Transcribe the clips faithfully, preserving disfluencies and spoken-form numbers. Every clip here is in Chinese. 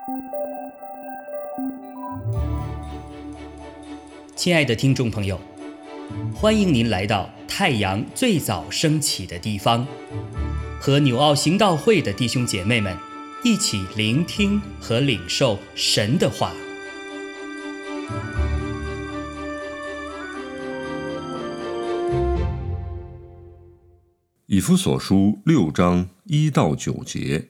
亲爱的听众朋友，欢迎您来到太阳最早升起的地方，和纽奥行道会的弟兄姐妹们一起聆听和领受神的话。 以弗所书六章一到九节，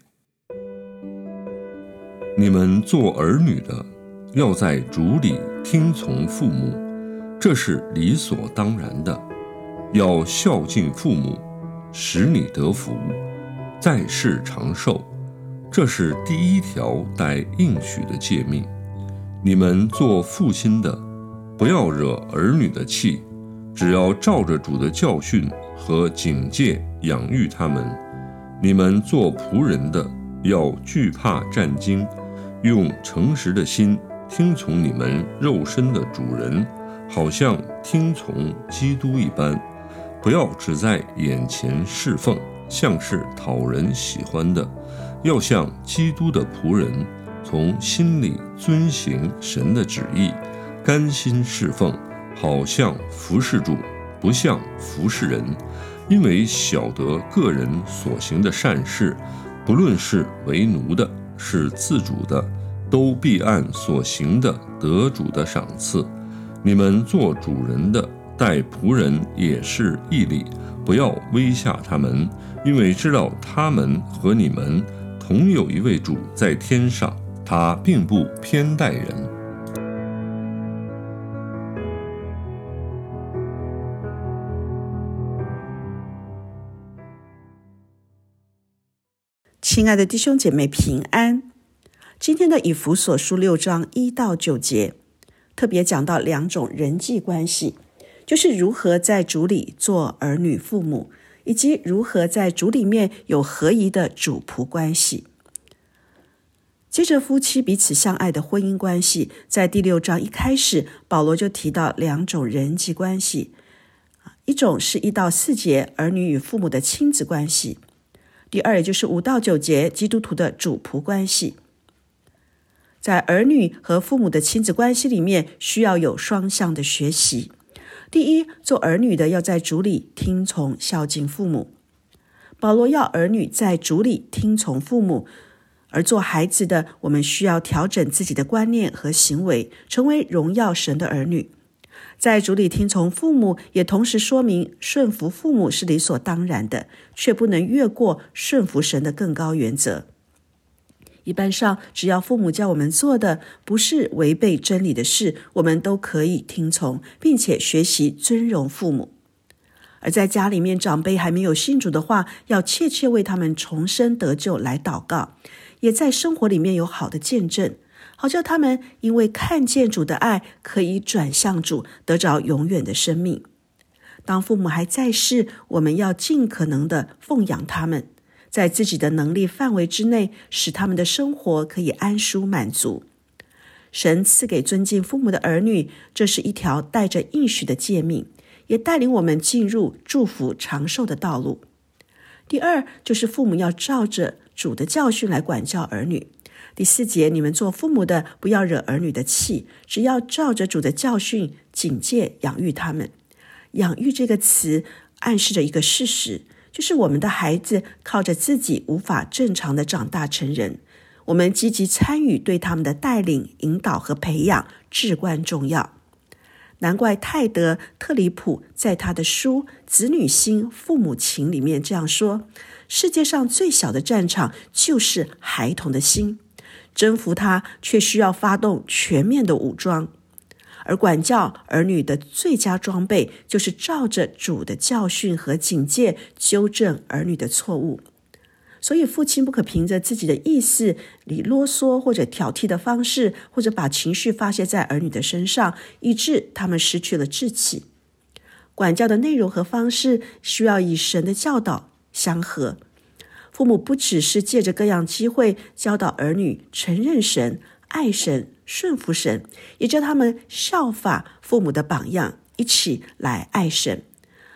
你们做儿女的，要在主里听从父母，这是理所当然的。要孝敬父母，使你得福，在世长寿，这是第一条带应许的诫命。你们做父亲的，不要惹儿女的气，只要照着主的教训和警戒养育他们。你们做仆人的，要惧怕战兢，用诚实的心听从你们肉身的主人，好像听从基督一般，不要只在眼前侍奉，像是讨人喜欢的，要像基督的仆人，从心里遵行神的旨意，甘心侍奉，好像服侍主，不像服侍人。因为晓得个人所行的善事，不论是为奴的，是自主的，都必按所行的得主的赏赐。你们做主人的，待仆人也是义理，不要威吓他们，因为知道他们和你们同有一位主在天上，他并不偏待人。 亲爱的弟兄姐妹平安，今天的以弗所书六章一到九节，特别讲到两种人际关系，就是如何在主里做儿女父母，以及如何在主里面有合宜的主仆关系。接着夫妻彼此相爱的婚姻关系，在第六章一开始，保罗就提到两种人际关系，一种是一到四节儿女与父母的亲子关系，第二，也就是五到九节基督徒的主仆关系。在儿女和父母的亲子关系里面，需要有双向的学习。第一，做儿女的要在主里听从孝敬父母。保罗要儿女在主里听从父母，而做孩子的，我们需要调整自己的观念和行为，成为荣耀神的儿女。在主里听从父母，也同时说明顺服父母是理所当然的，却不能越过顺服神的更高原则。一般上，只要父母叫我们做的不是违背真理的事，我们都可以听从，并且学习尊荣父母。而在家里面，长辈还没有信主的话，要切切为他们重生得救来祷告，也在生活里面有好的见证，好叫他们因为看见主的爱，可以转向主，得着永远的生命。当父母还在世，我们要尽可能的奉养他们，在自己的能力范围之内，使他们的生活可以安舒满足。神赐给尊敬父母的儿女，这是一条带着应许的诫命，也带领我们进入祝福长寿的道路。第二，就是父母要照着主的教训来管教儿女。第四节，你们做父母的，不要惹儿女的气，只要照着主的教训警戒养育他们。养育这个词暗示着一个事实，就是我们的孩子靠着自己无法正常的长大成人，我们积极参与对他们的带领、引导和培养至关重要。难怪泰德·特里普在他的书《子女心，父母情》里面这样说：世界上最小的战场就是孩童的心，征服它却需要发动全面的武装。而管教儿女的最佳装备，就是照着主的教训和警戒纠正儿女的错误。所以父亲不可凭着自己的意思里啰嗦或者挑剔的方式，或者把情绪发泄在儿女的身上，以致他们失去了志气。管教的内容和方式需要以神的教导相合。父母不只是借着各样机会教导儿女承认神、爱神、顺服神，也叫他们效法父母的榜样，一起来爱神。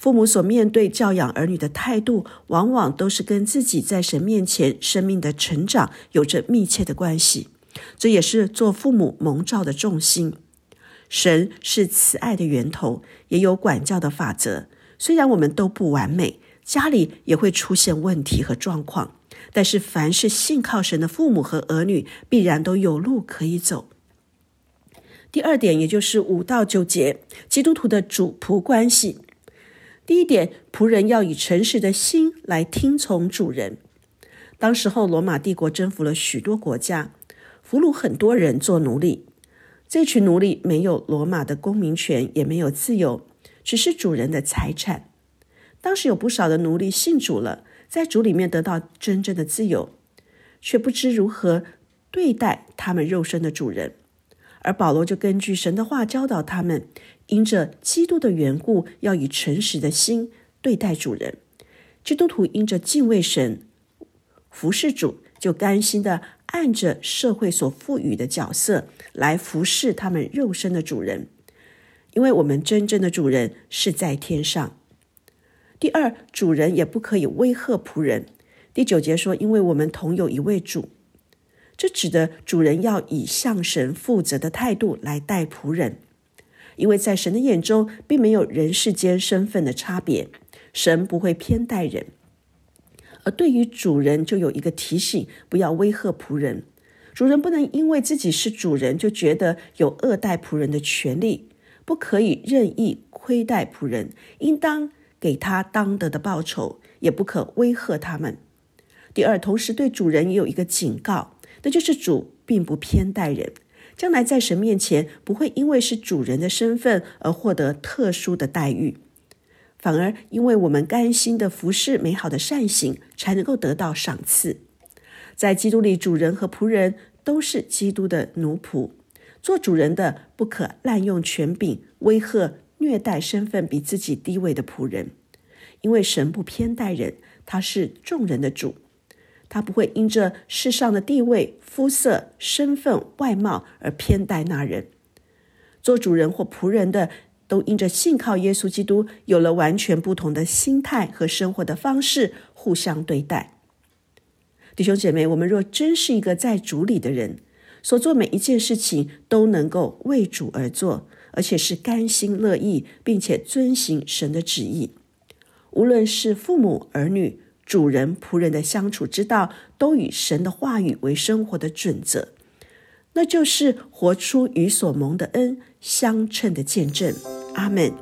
父母所面对教养儿女的态度，往往都是跟自己在神面前生命的成长有着密切的关系。这也是做父母蒙召的重心。神是慈爱的源头，也有管教的法则。虽然我们都不完美，家里也会出现问题和状况，但是凡是信靠神的父母和儿女，必然都有路可以走。第二点，也就是五到九节，基督徒的主仆关系。第一点，仆人要以诚实的心来听从主人。当时候罗马帝国征服了许多国家，俘虏很多人做奴隶。这群奴隶没有罗马的公民权，也没有自由，只是主人的财产。当时有不少的奴隶信主了，在主里面得到真正的自由，却不知如何对待他们肉身的主人。而保罗就根据神的话教导他们，因着基督的缘故，要以诚实的心对待主人。基督徒因着敬畏神、服侍主，就甘心的按着社会所赋予的角色来服侍他们肉身的主人，因为我们真正的主人是在天上。第二，主人也不可以威吓仆人。第九节说，因为我们同有一位主。这指的主人要以向神负责的态度来待仆人，因为在神的眼中并没有人世间身份的差别，神不会偏待人。而对于主人就有一个提醒，不要威吓仆人。主人不能因为自己是主人就觉得有恶待仆人的权利，不可以任意亏待仆人，应当给他当得的报酬，也不可威吓他们。第二，同时对主人也有一个警告，那就是主并不偏待人，将来在神面前不会因为是主人的身份而获得特殊的待遇，反而因为我们甘心的服侍美好的善行，才能够得到赏赐。在基督里，主人和仆人都是基督的奴仆，做主人的不可滥用权柄，威吓虐待身份比自己低微的仆人，因为神不偏待人，他是众人的主，他不会因着世上的地位、肤色、身份、外貌而偏待那人。做主人或仆人的都因着信靠耶稣基督，有了完全不同的心态和生活的方式，互相对待。弟兄姐妹，我们若真是一个在主里的人，所做每一件事情都能够为主而做，而且是甘心乐意，并且遵行神的旨意。无论是父母、儿女、主人、仆人的相处之道，都以神的话语为生活的准则，那就是活出与所蒙的恩相称的见证。阿们。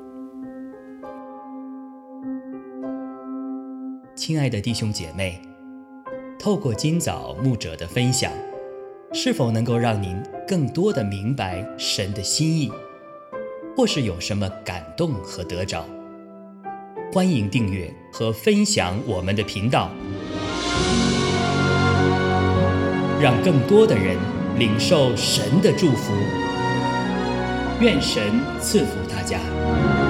亲爱的弟兄姐妹，透过今早牧者的分享，是否能够让您更多的明白神的心意，或是有什么感动和得着？欢迎订阅和分享我们的频道，让更多的人领受神的祝福。愿神赐福大家。